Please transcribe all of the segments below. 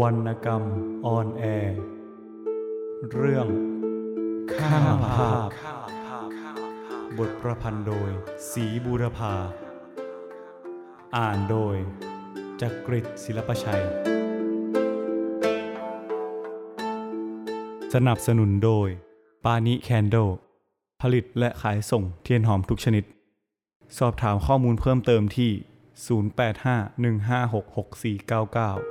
วรรณกรรมออนแอร์เรื่องข้ามภาพบทประพันธ์โดยศรีบูรพาอ่านโดยจักริดศิลปชัยสนับสนุนโดยปานิแคนโดผลิตและขายส่งเทียนหอมทุกชนิดสอบถามข้อมูลเพิ่มเติมที่0851566499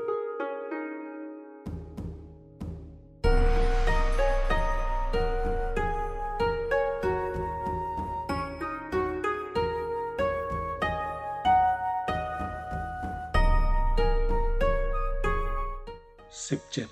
17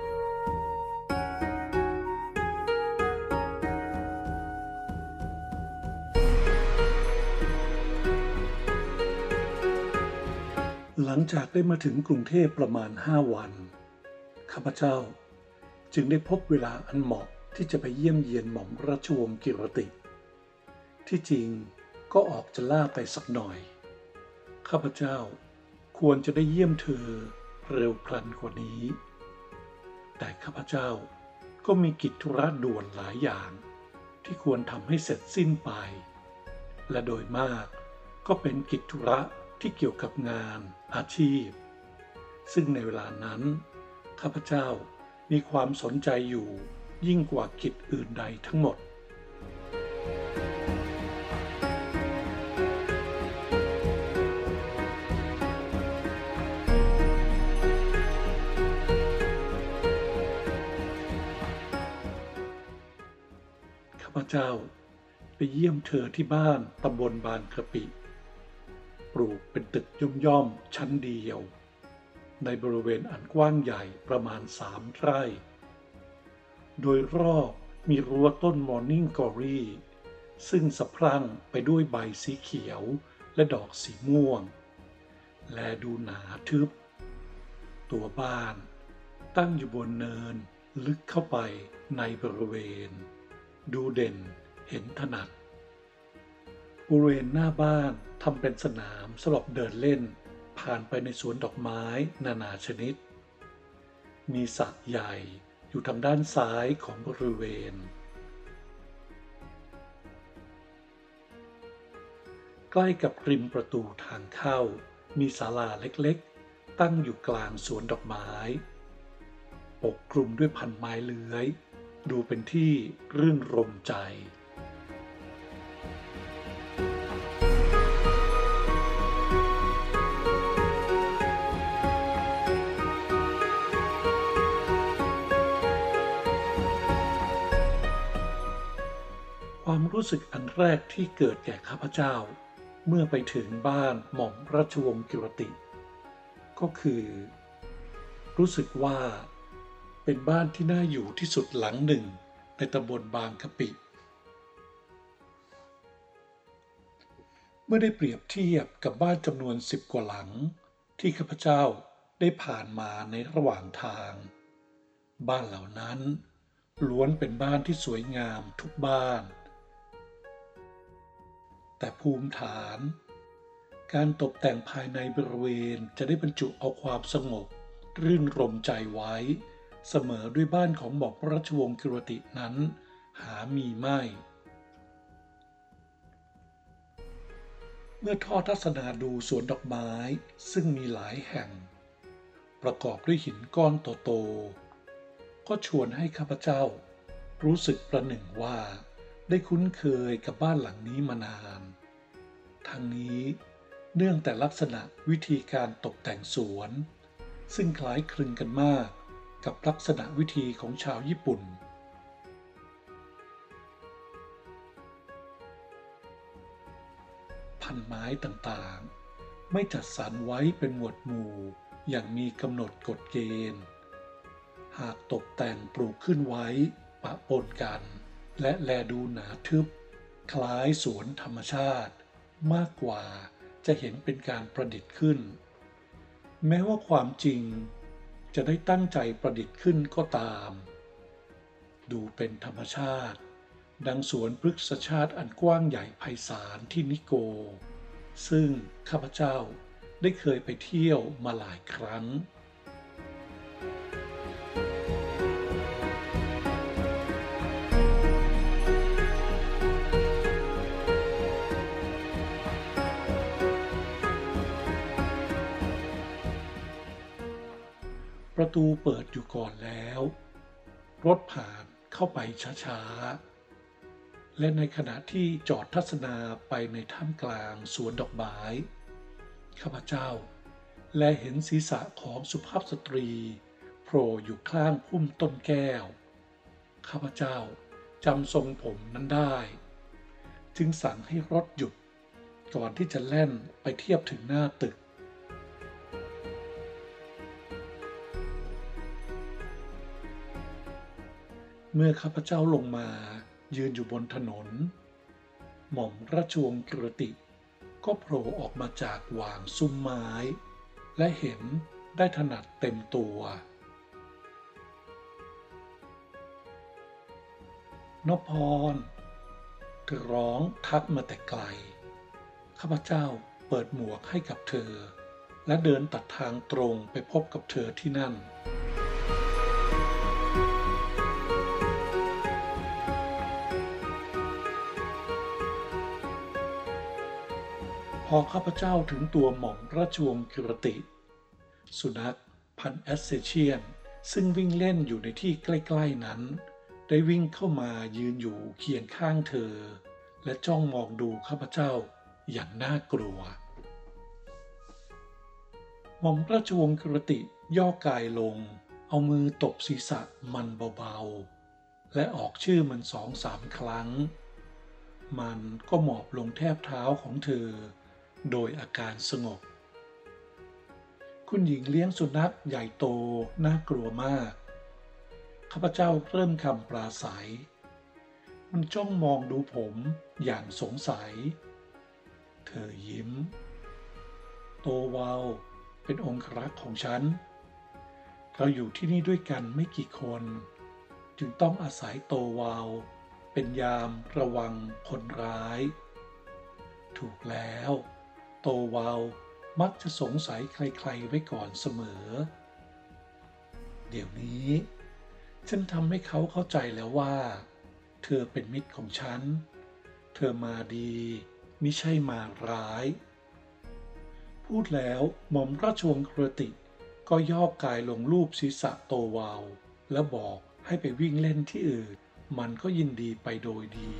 หลังจากได้มาถึงกรุงเทพประมาณ5 วันข้าพเจ้าจึงได้พบเวลาอันเหมาะที่จะไปเยี่ยมเยียนหม่อมราชวงศ์กิรติที่จริงก็ออกจะล่าไปสักหน่อยข้าพเจ้าควรจะได้เยี่ยมเธอเร็วพลันกว่านี้แต่ข้าพเจ้าก็มีกิจธุระด่วนหลายอย่างที่ควรทำให้เสร็จสิ้นไปและโดยมากก็เป็นกิจธุระที่เกี่ยวกับงานอาชีพซึ่งในเวลานั้นข้าพเจ้ามีความสนใจอยู่ยิ่งกว่ากิจอื่นใดทั้งหมดข้าพเจ้าไปเยี่ยมเธอที่บ้านตำบลบางกะปิปลูกเป็นตึกย่อมๆชั้นเดียวในบริเวณอันกว้างใหญ่ประมาณ3 ไร่โดยรอบมีรั้วต้นมอร์นิ่งกลอรี่ซึ่งสะพรั่งไปด้วยใบสีเขียวและดอกสีม่วงและดูหนาทึบตัวบ้านตั้งอยู่บนเนินลึกเข้าไปในบริเวณดูเด่นเห็นถนัดบริเวณหน้าบ้านทำเป็นสนามสำหรับเดินเล่นผ่านไปในสวนดอกไม้นานาชนิดมีสระใหญ่อยู่ทางด้านซ้ายของบริเวณใกล้กับริมประตูทางเข้ามีศาลาเล็กๆตั้งอยู่กลางสวนดอกไม้ปกคลุมด้วยพันไม้เลื้อยดูเป็นที่รื่นรมใจความรู้สึกอันแรกที่เกิดแก่ข้าพเจ้าเมื่อไปถึงบ้านหม่อมราชวงศ์กิรติก็คือรู้สึกว่าเป็นบ้านที่น่าอยู่ที่สุดหลังหนึ่งในตำบลบางกะปิเมื่อได้เปรียบเทียบกับบ้านจำนวน10 กว่าหลังที่ข้าพเจ้าได้ผ่านมาในระหว่างทางบ้านเหล่านั้นล้วนเป็นบ้านที่สวยงามทุกบ้านแต่ภูมิฐานการตกแต่งภายในบริเวณจะได้บรรจุเอาความสงบรื่นรมใจไว้เสมอด้วยบ้านของหม่อมราชวงศ์กิรตินั้นหามีไม่เมื่อทอดทัศนาดูสวนดอกไม้ซึ่งมีหลายแห่งประกอบด้วยหินก้อนโตๆก็ชวนให้ข้าพเจ้ารู้สึกประหนึ่งว่าได้คุ้นเคยกับบ้านหลังนี้มานานทั้งนี้เนื่องแต่ลักษณะวิธีการตกแต่งสวนซึ่งคล้ายคลึงกันมากกับลักษณะวิธีของชาวญี่ปุ่นพันไม้ต่างๆไม่จัดสรรไว้เป็นหมวดหมู่อย่างมีกำหนดกฎเกณฑ์หากตกแต่งปลูกขึ้นไว้ปะปนกันและแลดูหนาทึบคล้ายสวนธรรมชาติมากกว่าจะเห็นเป็นการประดิษฐ์ขึ้นแม้ว่าความจริงจะได้ตั้งใจประดิษฐ์ขึ้นก็ตามดูเป็นธรรมชาติดังสวนพฤกษชาติอันกว้างใหญ่ไพศาลที่นิโกซึ่งข้าพเจ้าได้เคยไปเที่ยวมาหลายครั้งประตูเปิดอยู่ก่อนแล้วรถผ่านเข้าไปช้าๆและในขณะที่จอดทัศนาไปในท่ามกลางสวนดอกไม้ข้าพเจ้าและเห็นศีรษะของสุภาพสตรีโผล่อยู่ข้างพุ่มต้นแก้วข้าพเจ้าจำทรงผมนั้นได้จึงสั่งให้รถหยุดก่อนที่จะแล่นไปเทียบถึงหน้าตึกเมื่อข้าพเจ้าลงมายืนอยู่บนถนนหม่อมราชวงศ์กิรติก็โผล่ออกมาจากหว่างซุ้มไม้และเห็นได้ถนัดเต็มตัวนพพรเธอร้องทักมาแต่ไกลข้าพเจ้าเปิดหมวกให้กับเธอและเดินตัดทางตรงไปพบกับเธอที่นั่นพอข้าพเจ้าถึงตัวหม่อมราชวงศ์กิรติสุนัขพันธุ์แอสเซเชียนซึ่งวิ่งเล่นอยู่ในที่ใกล้ๆนั้นได้วิ่งเข้ามายืนอยู่เคียงข้างเธอและจ้องมองดูข้าพเจ้าอย่างน่ากลัวหม่อมราชวงศ์กิรติย่อกายลงเอามือตบศีรษะมันเบาๆและออกชื่อมัน2-3 ครั้งมันก็หมอบลงแทบเท้าของเธอโดยอาการสงบคุณหญิงเลี้ยงสุนัขใหญ่โตน่ากลัวมากข้าพเจ้าเริ่มคำปราศัยมันจ้องมองดูผมอย่างสงสัยเธอยิ้มโตวาวเป็นองครักษ์ของฉันเราอยู่ที่นี่ด้วยกันไม่กี่คนจึงต้องอาศัยโตวาวเป็นยามระวังคนร้ายถูกแล้วโตวาวมักจะสงสัยใครๆไว้ก่อนเสมอเดี๋ยวนี้ฉันทำให้เขาเข้าใจแล้วว่าเธอเป็นมิตรของฉันเธอมาดีมิใช่มาร้ายพูดแล้วหม่อมราชวงศ์กิรติก็ย่อกายลงรูปศีรษะโตวาวและบอกให้ไปวิ่งเล่นที่อื่นมันก็ยินดีไปโดยดี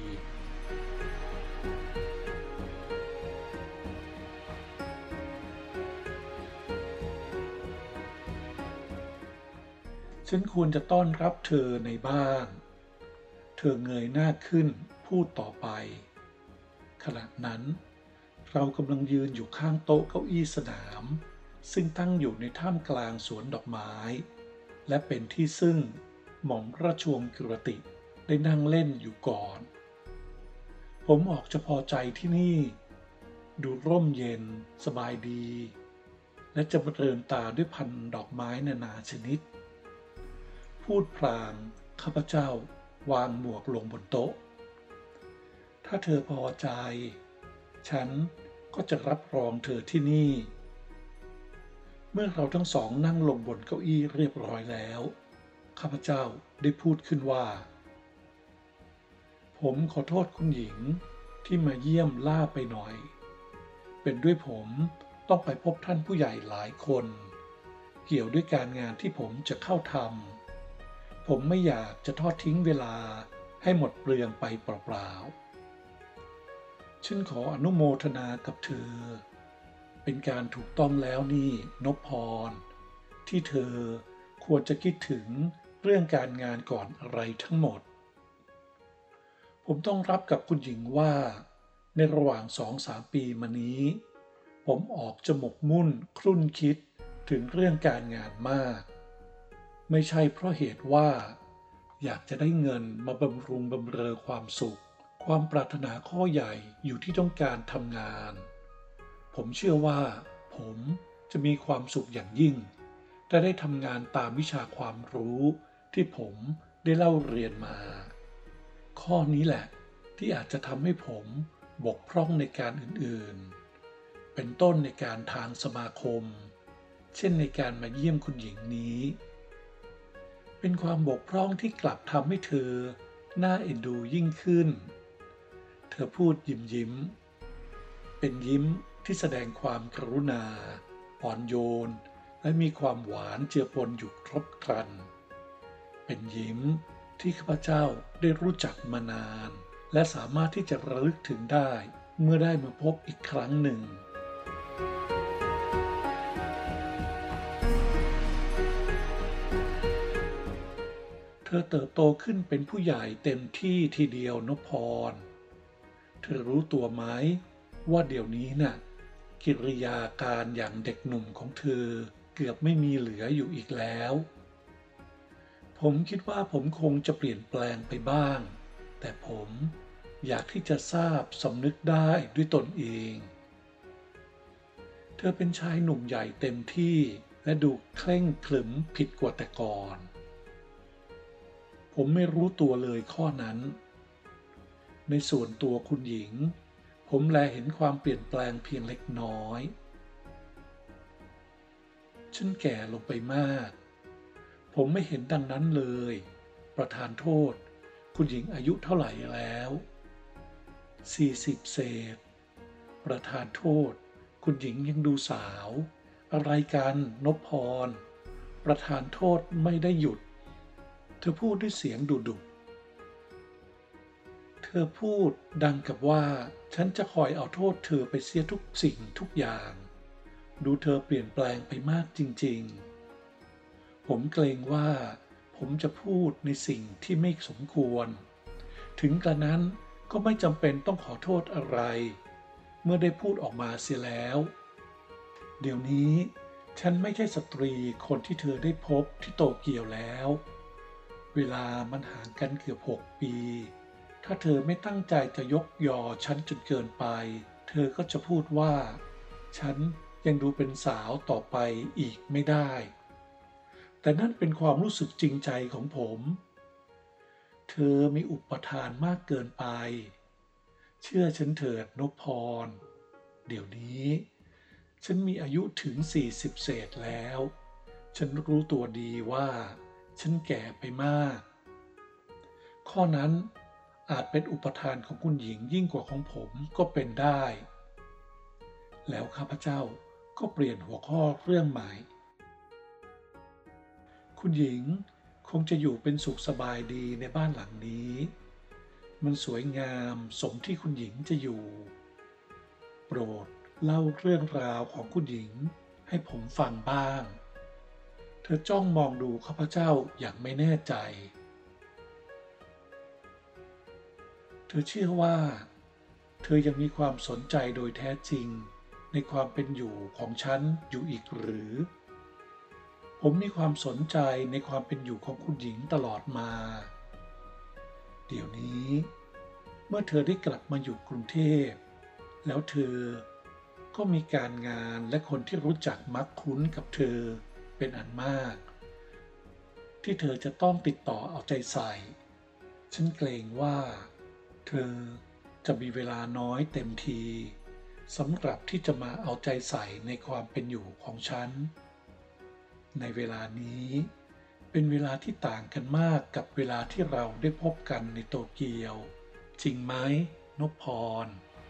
ฉันควรจะต้อนรับเธอในบ้านเธอเงยหน้าขึ้นพูดต่อไปขณะนั้นเรากำลังยืนอยู่ข้างโต๊ะเก้าอี้สนามซึ่งตั้งอยู่ในท่ามกลางสวนดอกไม้และเป็นที่ซึ่งหม่อมราชวงศ์กิรติได้นั่งเล่นอยู่ก่อนผมออกจะพอใจที่นี่ดูร่มเย็นสบายดีและจะเริงตาด้วยพันดอกไม้นานาชนิดพูดพลางข้าพเจ้าวางหมวกลงบนโต๊ะถ้าเธอพอใจฉันก็จะรับรองเธอที่นี่เมื่อเราทั้งสองนั่งลงบนเก้าอี้เรียบร้อยแล้วข้าพเจ้าได้พูดขึ้นว่าผมขอโทษคุณหญิงที่มาเยี่ยมล่าไปหน่อยเป็นด้วยผมต้องไปพบท่านผู้ใหญ่หลายคนเกี่ยวด้วยการงานที่ผมจะเข้าทำผมไม่อยากจะทอดทิ้งเวลาให้หมดเปลืองไปเปล่าๆฉันขออนุโมทนากับเธอเป็นการถูกต้องแล้วนี่นพพรที่เธอควรจะคิดถึงเรื่องการงานก่อนอะไรทั้งหมดผมต้องรับกับคุณหญิงว่าในระหว่าง2-3 ปีมานี้ผมออกจะหมกมุ่นครุ่นคิดถึงเรื่องการงานมากไม่ใช่เพราะเหตุว่าอยากจะได้เงินมาบำรุงบำเรอความสุขความปรารถนาข้อใหญ่อยู่ที่ต้องการทำงานผมเชื่อว่าผมจะมีความสุขอย่างยิ่งถ้าได้ทำงานตามวิชาความรู้ที่ผมได้เล่าเรียนมาข้อนี้แหละที่อาจจะทำให้ผมบกพร่องในการอื่นๆเป็นต้นในการทางสมาคมเช่นในการมาเยี่ยมคุณหญิงนี้เป็นความบกพร่องที่กลับทำให้เธอน่าเอ็นดูยิ่งขึ้นเธอพูดยิ้มเป็นยิ้มที่แสดงความกรุณาอ่อนโยนและมีความหวานเจือปนอยู่ครบครันเป็นยิ้มที่ข้าพเจ้าได้รู้จักมานานและสามารถที่จะระลึกถึงได้เมื่อได้มาพบอีกครั้งหนึ่งเธอเติบโตขึ้นเป็นผู้ใหญ่เต็มที่ทีเดียวนพพรเธอรู้ตัวไหมว่าเดี๋ยวนี้น่ะกิริยาการอย่างเด็กหนุ่มของเธอเกือบไม่มีเหลืออยู่อีกแล้วผมคิดว่าผมคงจะเปลี่ยนแปลงไปบ้างแต่ผมอยากที่จะทราบสำนึกได้ด้วยตนเองเธอเป็นชายหนุ่มใหญ่เต็มที่และดูเคร่งขรึมผิดกว่าแต่ก่อนผมไม่รู้ตัวเลยข้อนั้นในส่วนตัวคุณหญิงผมแลเห็นความเปลี่ยนแปลงเพียงเล็กน้อยฉันแก่ลงไปมากผมไม่เห็นดังนั้นเลยประธานโทษคุณหญิงอายุเท่าไหร่แล้ว40เศษประธานโทษคุณหญิงยังดูสาวอะไรกันนพพรประธานโทษไม่ได้หยุดเธอพูดด้วยเสียงดุๆเธอพูดดังกับว่าฉันจะคอยเอาโทษเธอไปเสียทุกสิ่งทุกอย่างดูเธอเปลี่ยนแปลงไปมากจริงๆผมเกรงว่าผมจะพูดในสิ่งที่ไม่สมควรถึงกระนั้นก็ไม่จำเป็นต้องขอโทษอะไรเมื่อได้พูดออกมาเสียแล้วเดี๋ยวนี้ฉันไม่ใช่สตรีคนที่เธอได้พบที่โตเกียวแล้วเวลามันห่างกันเกือบ6 ปีถ้าเธอไม่ตั้งใจจะยกยอฉันจนเกินไปเธอก็จะพูดว่าฉันยังดูเป็นสาวต่อไปอีกไม่ได้แต่นั่นเป็นความรู้สึกจริงใจของผมเธอมีอุปทานมากเกินไปเชื่อฉันเถิดนพพรเดี๋ยวนี้ฉันมีอายุถึง40เศษแล้วฉันรู้ตัวดีว่าฉันแก่ไปมากข้อนั้นอาจเป็นอุปทานของคุณหญิงยิ่งกว่าของผมก็เป็นได้แล้วข้าพเจ้าก็เปลี่ยนหัวข้อเรื่องใหม่คุณหญิงคงจะอยู่เป็นสุขสบายดีในบ้านหลังนี้มันสวยงามสมที่คุณหญิงจะอยู่โปรดเล่าเรื่องราวของคุณหญิงให้ผมฟังบ้างเธอจ้องมองดูข้าพเจ้าอย่างไม่แน่ใจเธอเชื่อว่าเธอยังมีความสนใจโดยแท้จริงในความเป็นอยู่ของฉันอยู่อีกหรือผมมีความสนใจในความเป็นอยู่ของคุณหญิงตลอดมาเดี๋ยวนี้เมื่อเธอได้กลับมาอยู่กรุงเทพแล้วเธอก็มีการงานและคนที่รู้จักมักคุ้นกับเธอเป็นอันมากที่เธอจะต้องติดต่อเอาใจใส่ฉันเกรงว่าเธอจะมีเวลาน้อยเต็มทีสำหรับที่จะมาเอาใจใส่ในความเป็นอยู่ของฉันในเวลานี้เป็นเวลาที่ต่างกันมากกับเวลาที่เราได้พบกันในโตเกียวจริงไหมนพพร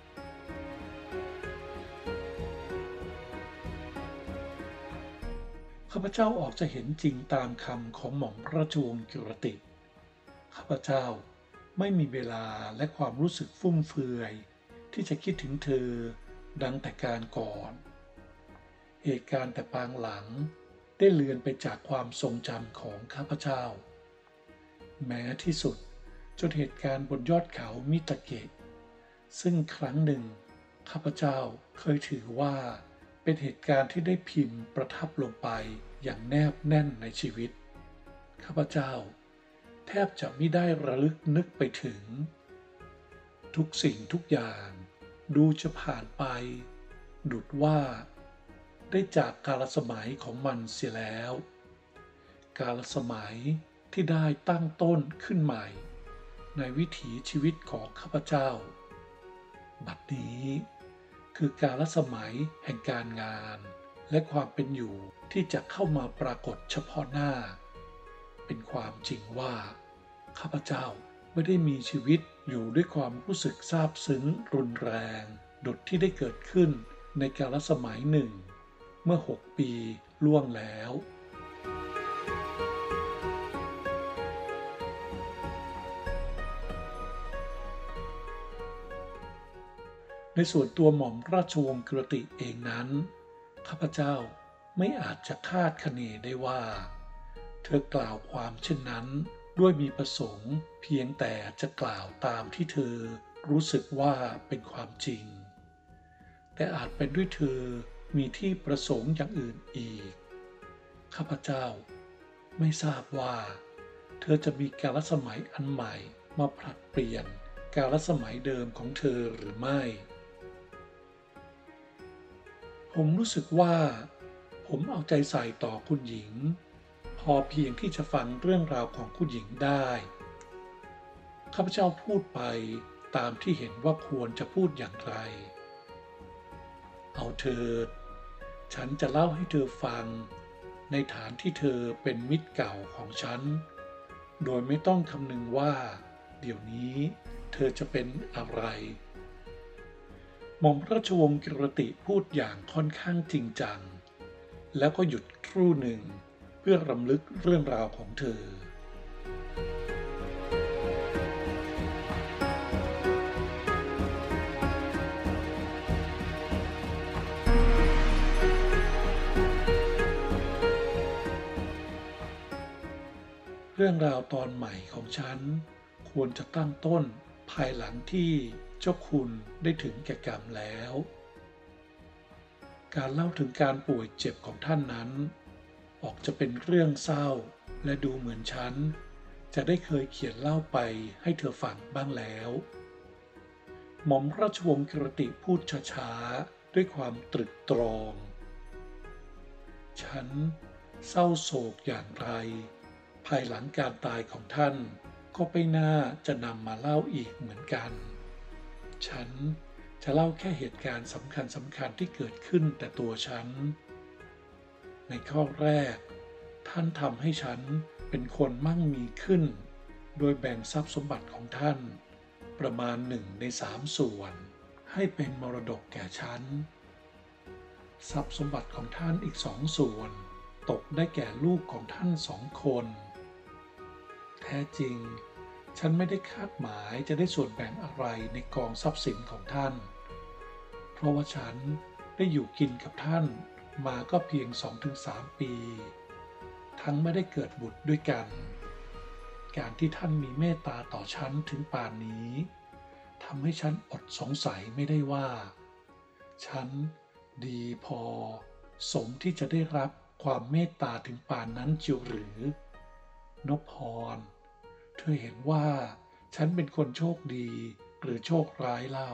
ข้าพเจ้าออกจะเห็นจริงตามคำของหม่อมราชวงศ์กิรติข้าพเจ้าไม่มีเวลาและความรู้สึกฟุ่มเฟือยที่จะคิดถึงเธอดังแต่การก่อนเหตุการณ์แต่ปางหลังได้เลือนไปจากความทรงจำของข้าพเจ้าแม้ที่สุดจนเหตุการณ์บนยอดเขามิตาเกะซึ่งครั้งหนึ่งข้าพเจ้าเคยถือว่าเป็นเหตุการณ์ที่ได้พิมพ์ประทับลงไปอย่างแนบแน่นในชีวิตข้าพเจ้าแทบจะไม่ได้ระลึกนึกไปถึงทุกสิ่งทุกอย่างดูจะผ่านไปดุจว่าได้จากกาลสมัยของมันเสียแล้วกาลสมัยที่ได้ตั้งต้นขึ้นใหม่ในวิถีชีวิตของข้าพเจ้าบัดนี้คือกาลสมัยแห่งการงานและความเป็นอยู่ที่จะเข้ามาปรากฏเฉพาะหน้าเป็นความจริงว่าข้าพเจ้าไม่ได้มีชีวิตอยู่ด้วยความรู้สึกซาบซึ้งรุนแรงดุจที่ได้เกิดขึ้นในกาลสมัยหนึ่งเมื่อ6 ปีล่วงแล้วในส่วนตัวหม่อมราชวงศ์กิรติเองนั้นข้าพเจ้าไม่อาจจะคาดคะเนได้ว่าเธอกล่าวความเช่นนั้นด้วยมีประสงค์เพียงแต่จะกล่าวตามที่เธอรู้สึกว่าเป็นความจริงแต่อาจเป็นด้วยเธอมีที่ประสงค์อย่างอื่นอีกข้าพเจ้าไม่ทราบว่าเธอจะมีกาลสมัยอันใหม่มาผลัดเปลี่ยนกาลสมัยเดิมของเธอหรือไม่ผมรู้สึกว่าผมเอาใจใส่ต่อคุณหญิงพอเพียงที่จะฟังเรื่องราวของคุณหญิงได้ข้าพเจ้าพูดไปตามที่เห็นว่าควรจะพูดอย่างไรเอาเถิดฉันจะเล่าให้เธอฟังในฐานที่เธอเป็นมิตรเก่าของฉันโดยไม่ต้องคำนึงว่าเดี๋ยวนี้เธอจะเป็นอะไรหม่อมราชวงศ์กิรติพูดอย่างค่อนข้างจริงจังแล้วก็หยุดครู่หนึ่งเพื่อรำลึกเรื่องราวของเธอเรื่องราวตอนใหม่ของฉันควรจะตั้งต้นภายหลังที่เจ้าคุณได้ถึงแก่กรรมแล้วการเล่าถึงการป่วยเจ็บของท่านนั้นออกจะเป็นเรื่องเศร้าและดูเหมือนฉันจะได้เคยเขียนเล่าไปให้เธอฟังบ้างแล้วหม่อมราชวงศ์กิรติพูดช้าๆด้วยความตรึกตรองฉันเศร้าโศกอย่างไรภายหลังการตายของท่านก็ไม่น่าจะนำมาเล่าอีกเหมือนกันฉันจะเล่าแค่เหตุการณ์สำคัญที่เกิดขึ้นแต่ตัวฉันในข้อแรกท่านทำให้ฉันเป็นคนมั่งมีขึ้นโดยแบ่งทรัพย์สมบัติของท่านประมาณ1/3ส่วนให้เป็นมรดกแก่ฉันทรัพย์สมบัติของท่านอีก2ส่วนตกได้แก่ลูกของท่าน2 คนแท้จริงฉันไม่ได้คาดหมายจะได้ส่วนแบ่งอะไรในกองทรัพย์สินของท่านเพราะว่าฉันได้อยู่กินกับท่านมาก็เพียง 2-3 ปีทั้งไม่ได้เกิดบุตรด้วยกันการที่ท่านมีเมตตาต่อฉันถึงป่านนี้ทำให้ฉันอดสงสัยไม่ได้ว่าฉันดีพอสมที่จะได้รับความเมตตาถึงป่านนั้นจริงหรือนพพรเธอเห็นว่าฉันเป็นคนโชคดีหรือโชคร้ายเล่า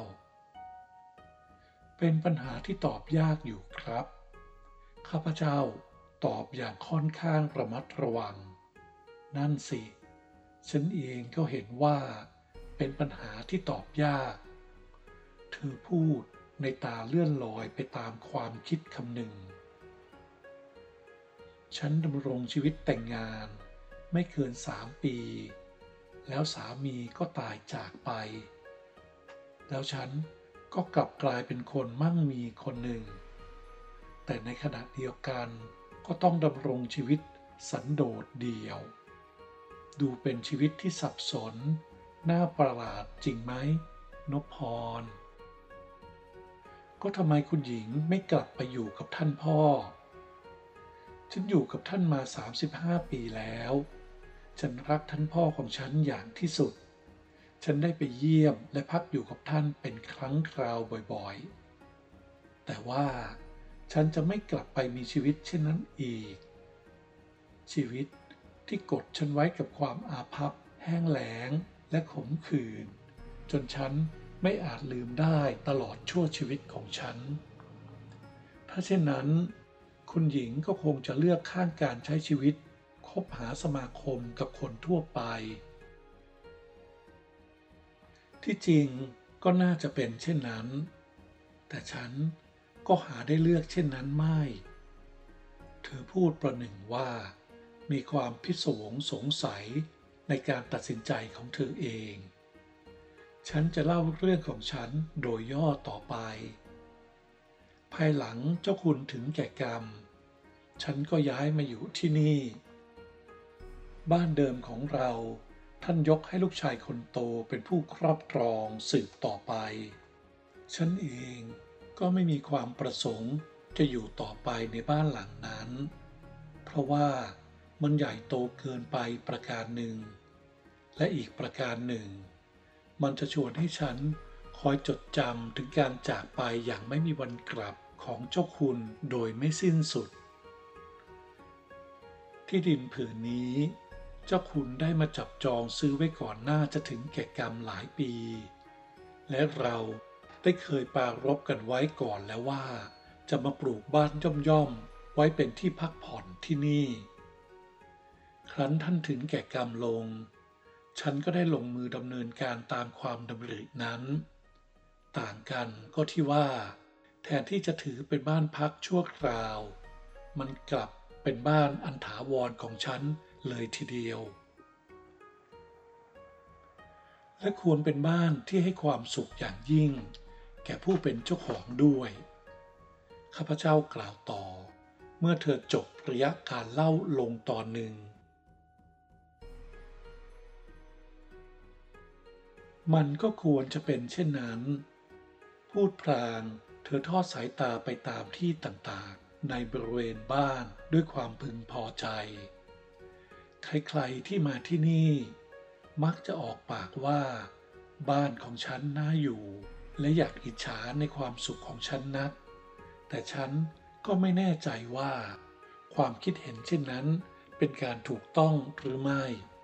เป็นปัญหาที่ตอบยากอยู่ครับข้าพเจ้าตอบอย่างค่อนข้างระมัดระวังนั่นสิฉันเองก็เห็นว่าเป็นปัญหาที่ตอบยากเธอพูดในตาเลื่อนลอยไปตามความคิดคำหนึ่งฉันดำรงชีวิตแต่งงานไม่เกิน3 ปีแล้วสามีก็ตายจากไปแล้วฉันก็กลับกลายเป็นคนมั่งมีคนหนึ่งแต่ในขณะเดียวกันก็ต้องดำรงชีวิตสันโดษเดี่ยวดูเป็นชีวิตที่สับสนน่าประหลาดจริงไหมนพพรก็ทำไมคุณหญิงไม่กลับไปอยู่กับท่านพ่อฉันอยู่กับท่านมา35 ปีแล้วฉันรักท่านพ่อของฉันอย่างที่สุดฉันได้ไปเยี่ยมและพักอยู่กับท่านเป็นครั้งคราวบ่อยๆแต่ว่าฉันจะไม่กลับไปมีชีวิตเช่นนั้นอีกชีวิตที่กดฉันไว้กับความอาภัพแห้งแล้งและขมขื่นจนฉันไม่อาจลืมได้ตลอดชั่วชีวิตของฉันถ้าเช่นนั้นคุณหญิงก็คงจะเลือกข้างการใช้ชีวิตคบหาสมาคมกับคนทั่วไปที่จริงก็น่าจะเป็นเช่นนั้นแต่ฉันก็หาได้เลือกเช่นนั้นไม่เธอพูดประหนึ่งว่ามีความพิศวงสงสัยในการตัดสินใจของเธอเองฉันจะเล่าเรื่องของฉันโดยย่อต่อไปภายหลังเจ้าคุณถึงแก่กรรมฉันก็ย้ายมาอยู่ที่นี่บ้านเดิมของเราท่านยกให้ลูกชายคนโตเป็นผู้ครอบครองสืบต่อไปฉันเองก็ไม่มีความประสงค์จะอยู่ต่อไปในบ้านหลังนั้นเพราะว่ามันใหญ่โตเกินไปประการหนึ่งและอีกประการหนึ่งมันจะชวนให้ฉันคอยจดจำถึงการจากไปอย่างไม่มีวันกลับของเจ้าคุณโดยไม่สิ้นสุดที่ดินผืนนี้เจ้าคุณได้มาจับจองซื้อไว้ก่อนหน้าจะถึงแก่กรรมหลายปีและเราได้เคยปรารภกันไว้ก่อนแล้วว่าจะมาปลูกบ้านย่อมๆไว้เป็นที่พักผ่อนที่นี่ครั้นท่านถึงแก่กรรมลงฉันก็ได้ลงมือดำเนินการตามความดำรินั้นต่างกันก็ที่ว่าแทนที่จะถือเป็นบ้านพักชั่วคราวมันกลับเป็นบ้านอันถาวรของฉันเลยทีเดียวและควรเป็นบ้านที่ให้ความสุขอย่างยิ่งแก่ผู้เป็นเจ้าของด้วยข้าพเจ้ากล่าวต่อเมื่อเธอจบระยะการเล่าลงตอนหนึ่งมันก็ควรจะเป็นเช่นนั้นพูดพลางเธอทอดสายตาไปตามที่ต่างๆในบริเวณบ้านด้วยความพึงพอใจใครๆที่มาที่นี่มักจะออกปากว่าบ้านของฉันน่าอยู่และอยากอิจฉาในความสุขของฉันนักแต่ฉันก็ไม่แน่ใจว่าความคิดเห็นเช่นนั้นเป็นการถูกต้องหรือไม่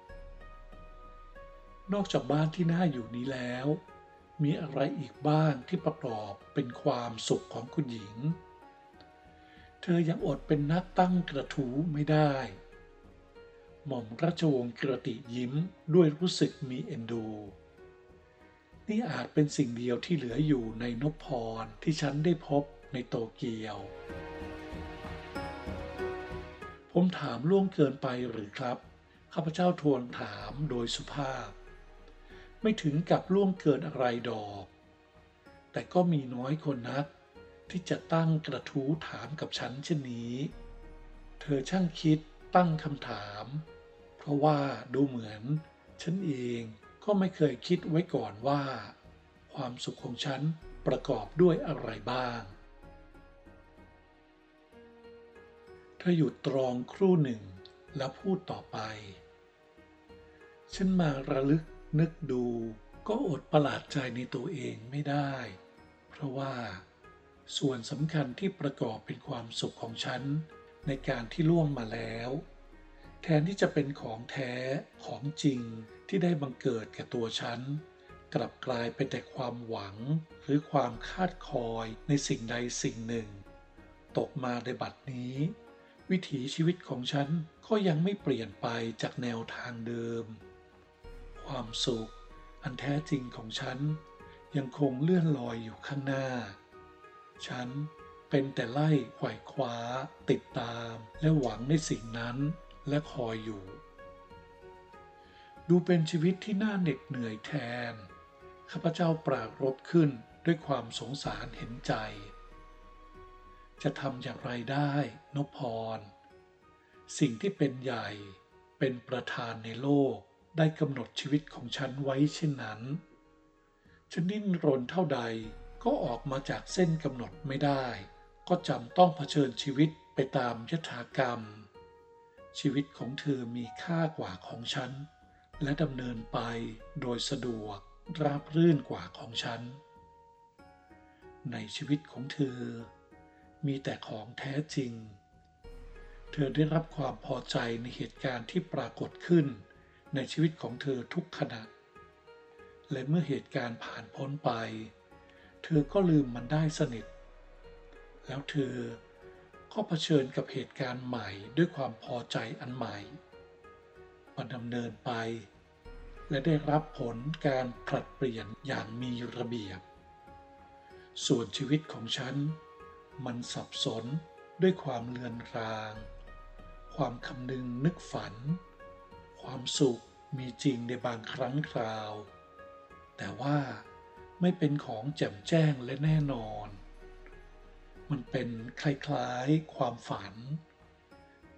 นอกจากบ้านที่น่าอยู่นี้แล้วมีอะไรอีกบ้างที่ประกอบเป็นความสุขของคุณหญิงเธอยังอดเป็นนักตั้งกระทู้ไม่ได้หม่อมราชวงศ์กิรติยิ้มด้วยรู้สึกมีเอ็นดูนี่อาจเป็นสิ่งเดียวที่เหลืออยู่ในนพพรที่ฉันได้พบในโตเกียวผมถามล่วงเกินไปหรือครับข้าพเจ้าทวงถามโดยสุภาพไม่ถึงกับล่วงเกินอะไรดอกแต่ก็มีน้อยคนนักที่จะตั้งกระทู้ถามกับฉันเช่นนี้เธอช่างคิดตั้งคำถามเพราะว่าดูเหมือนฉันเองก็ไม่เคยคิดไว้ก่อนว่าความสุขของฉันประกอบด้วยอะไรบ้างเธอหยุดตรองครู่หนึ่งแล้วพูดต่อไปฉันมาระลึกนึกดูก็อดประหลาดใจในตัวเองไม่ได้เพราะว่าส่วนสำคัญที่ประกอบเป็นความสุขของฉันในการที่ล่วงมาแล้วแทนที่จะเป็นของแท้ของจริงที่ได้บังเกิดแก่ตัวฉันกลับกลายเป็นแต่ความหวังหรือความคาดคอยในสิ่งใดสิ่งหนึ่งตกมาในบัดนี้วิถีชีวิตของฉันก็ยังไม่เปลี่ยนไปจากแนวทางเดิมความสุขอันแท้จริงของฉันยังคงเลื่อนลอยอยู่ข้างหน้าฉันเป็นแต่ไล่ไขว่คว้าติดตามและหวังในสิ่งนั้นและคอยอยู่ดูเป็นชีวิตที่น่าเหน็ดเหนื่อยแทนข้าพเจ้าปรารภขึ้นด้วยความสงสารเห็นใจจะทำอย่างไรได้นพพรสิ่งที่เป็นใหญ่เป็นประธานในโลกได้กำหนดชีวิตของฉันไว้เช่นนั้นฉันดิ้นรนเท่าใดก็ออกมาจากเส้นกำหนดไม่ได้ก็จำต้องเผชิญชีวิตไปตามยถากรรมชีวิตของเธอมีค่ากว่าของฉันและดำเนินไปโดยสะดวกราบรื่นกว่าของฉันในชีวิตของเธอมีแต่ของแท้จริงเธอได้รับความพอใจในเหตุการณ์ที่ปรากฏขึ้นในชีวิตของเธอทุกขณะและเมื่อเหตุการณ์ผ่านพ้นไปเธอก็ลืมมันได้สนิทแล้วเธอก็เผชิญกับเหตุการณ์ใหม่ด้วยความพอใจอันใหม่มันดำเนินไปและได้รับผลการผลัดเปลี่ยนอย่างมีระเบียบส่วนชีวิตของฉันมันสับสนด้วยความเลือนรางความคำนึงนึกฝันความสุขมีจริงในบางครั้งคราวแต่ว่าไม่เป็นของแจ่มแจ้งและแน่นอนมันเป็นคล้ายๆความฝัน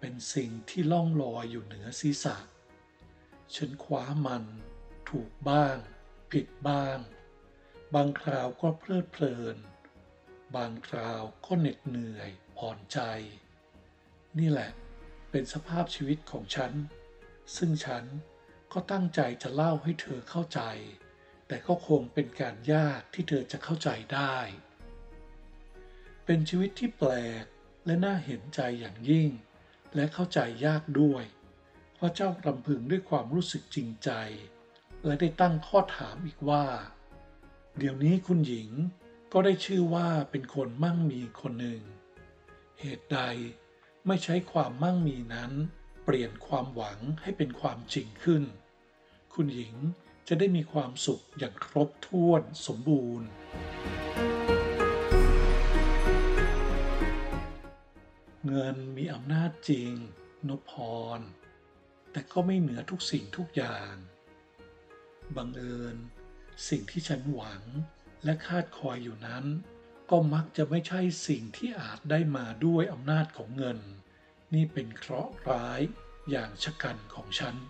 เป็นสิ่งที่ล่องลอยอยู่เหนือศีรษะฉันคว้ามันถูกบ้างผิดบ้างบางคราวก็เพลิดเพลินบางคราวก็เหน็ดเหนื่อยอ่อนใจนี่แหละเป็นสภาพชีวิตของฉันซึ่งฉันก็ตั้งใจจะเล่าให้เธอเข้าใจแต่ก็คงเป็นการยากที่เธอจะเข้าใจได้เป็นชีวิตที่แปลกและน่าเห็นใจอย่างยิ่งและเข้าใจยากด้วยเพราะเจ้ารำพึงด้วยความรู้สึกจริงใจและได้ตั้งข้อถามอีกว่าเดี๋ยวนี้คุณหญิงก็ได้ชื่อว่าเป็นคนมั่งมีคนหนึ่งเหตุใดไม่ใช้ความมั่งมีนั้นเปลี่ยนความหวังให้เป็นความจริงขึ้นคุณหญิงจะได้มีความสุขอย่างครบถ้วนสมบูรณ์เงินมีอำนาจจริงนพพรแต่ก็ไม่เหนือทุกสิ่งทุกอย่างบังเอิญสิ่งที่ฉันหวังและคาดคอยอยู่นั้นก็มักจะไม่ใช่สิ่งที่อาจได้มาด้วยอำนาจของเงินนี่เป็นเคราะห์ร้ายอย่างชะกันของฉัน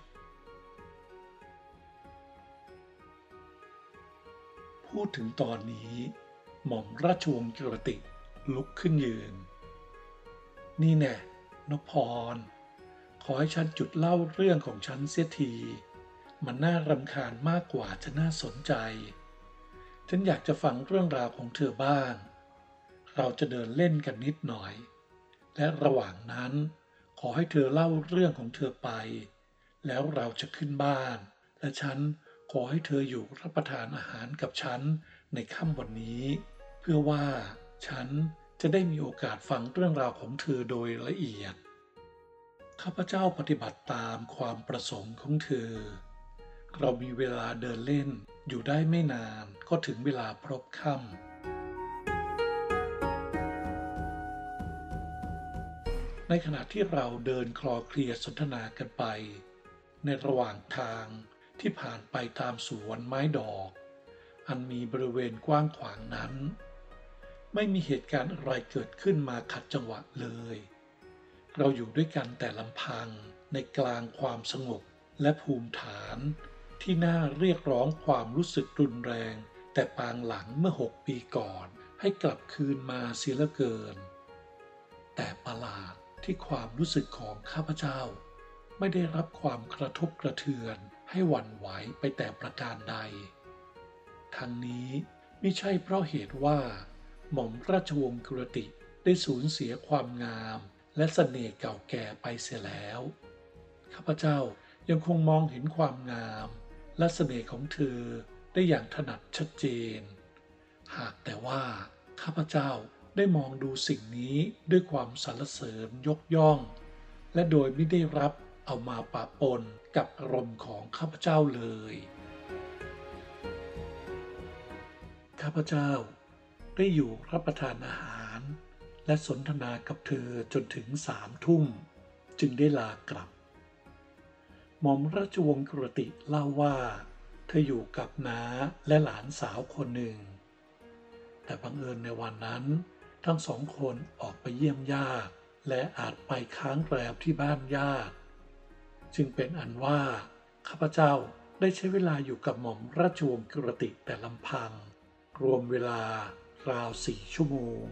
พูดถึงตอนนี้หม่อมราชวงศ์กิรติลุกขึ้นยืนนี่แน่นพพรขอให้ฉันจุดเล่าเรื่องของฉันเสียทีมันน่ารำคาญมากกว่าจะน่าสนใจฉันอยากจะฟังเรื่องราวของเธอบ้างเราจะเดินเล่นกันนิดหน่อยและระหว่างนั้นขอให้เธอเล่าเรื่องของเธอไปแล้วเราจะขึ้นบ้านและฉันขอให้เธออยู่รับประทานอาหารกับฉันในค่ำวันนี้เพื่อว่าฉันจะได้มีโอกาสฟังเรื่องราวของเธอโดยละเอียดข้าพเจ้าปฏิบัติตามความประสงค์ของเธอเรามีเวลาเดินเล่นอยู่ได้ไม่นานก็ถึงเวลาพลบค่ำในขณะที่เราเดินคลอเคลียสนทนากันไปในระหว่างทางที่ผ่านไปตามสวนไม้ดอกอันมีบริเวณกว้างขวางนั้นไม่มีเหตุการณ์อะไรเกิดขึ้นมาขัดจังหวะเลยเราอยู่ด้วยกันแต่ลำพังในกลางความสงบและภูมิฐานที่น่าเรียกร้องความรู้สึกรุนแรงแต่ปางหลังเมื่อ6 ปีก่อนให้กลับคืนมาเสียเหลือเกินแต่ประหลาดที่ความรู้สึกของข้าพเจ้าไม่ได้รับความกระทบกระเทือนให้หวั่นไหวไปแต่ประการใดทั้งนี้ไม่ใช่เพราะเหตุว่าหม่อมราชวงศ์กิรติได้สูญเสียความงามและเสน่ห์เก่าแก่ไปเสียแล้วข้าพเจ้ายังคงมองเห็นความงามและเสน่ห์ของเธอได้อย่างถนัดชัดเจนหากแต่ว่าข้าพเจ้าได้มองดูสิ่งนี้ด้วยความสรรเสริญยกย่องและโดยไม่ได้รับเอามาปะปนกับอารมณ์ของข้าพเจ้าเลยข้าพเจ้าได้อยู่รับประทานอาหารและสนทนากับเธอจนถึง3 ทุ่มจึงได้ลากลับหม่อมราชวงศ์กิรติเล่าว่าเธออยู่กับน้าและหลานสาวคนหนึ่งแต่บังเอิญในวันนั้นทั้ง2 คนออกไปเยี่ยมญาติและอาจไปค้างแรมที่บ้านญาติจึงเป็นอันว่าข้าพเจ้าได้ใช้เวลาอยู่กับหม่อมราชวงศ์กิรติแต่ลำพังรวมเวลาราว4 ชั่วโมง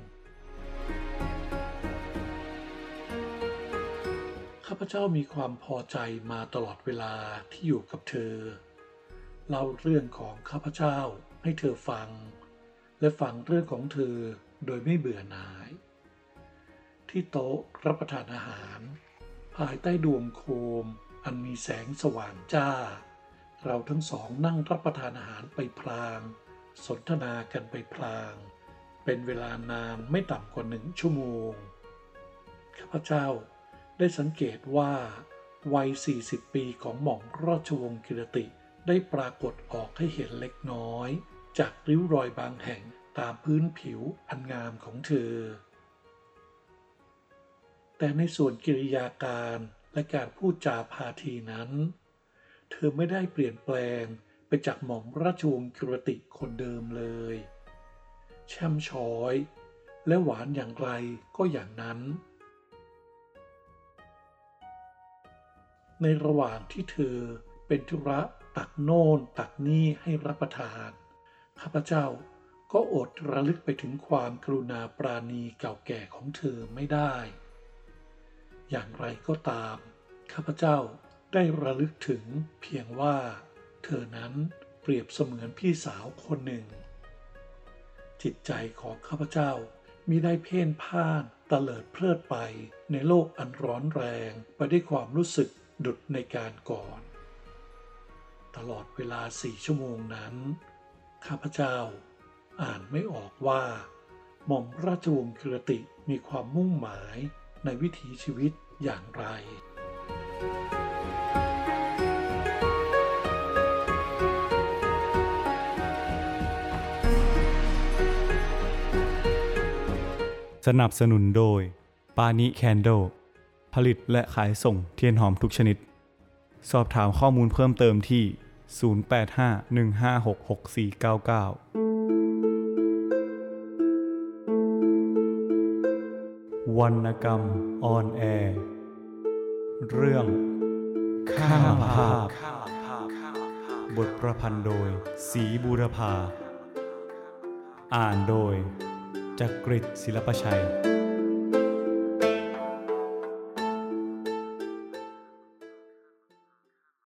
ข้าพเจ้ามีความพอใจมาตลอดเวลาที่อยู่กับเธอเล่าเรื่องของข้าพเจ้าให้เธอฟังและฟังเรื่องของเธอโดยไม่เบื่อหน่ายที่โต๊ะรับประทานอาหารภายใต้ดวงโคมอันมีแสงสว่างจ้าเราทั้งสองนั่งรับประทานอาหารไปพลางสนทนากันไปพลางเป็นเวลานานไม่ต่ำกว่า1 ชั่วโมงข้าพเจ้าได้สังเกตว่าวัย40 ปีของหม่อมราชวงศ์กิรติได้ปรากฏออกให้เห็นเล็กน้อยจากริ้วรอยบางแห่งตามพื้นผิวอันงามของเธอแต่ในส่วนกิริยาการและการพูดจาพาทีนั้นเธอไม่ได้เปลี่ยนแปลงไปจากหม่อมราชวงศ์กิรติคนเดิมเลยแช่มช้อยและหวานอย่างไรก็อย่างนั้นในระหว่างที่เธอเป็นธุระตักโน่นตักนี่ให้รับประทานข้าพเจ้าก็อดระลึกไปถึงความกรุณาปราณีเก่าแก่ของเธอไม่ได้ อย่างไรก็ตามข้าพเจ้าได้ระลึกถึงเพียงว่าเธอนั้นเปรียบเสมือนพี่สาวคนหนึ่งจิตใจของข้าพเจ้ามิได้เพ่นพ่านตะเลิดเพลิดไปในโลกอันร้อนแรงไปด้วยความรู้สึกดุจในการก่อนตลอดเวลา4 ชั่วโมงนั้นข้าพเจ้าอ่านไม่ออกว่าหม่อมราชวงศ์กิรติมีความมุ่งหมายในวิถีชีวิตอย่างไรสนับสนุนโดยปานิแคนโดผลิตและขายส่งเทียนหอมทุกชนิดสอบถามข้อมูลเพิ่มเติมที่ 0851566499 วรรณกรรมออนแอร์เรื่องข้าภาพบทประพันธ์โดยศรีบูรพาอ่านโดยจักริดศิลปชัย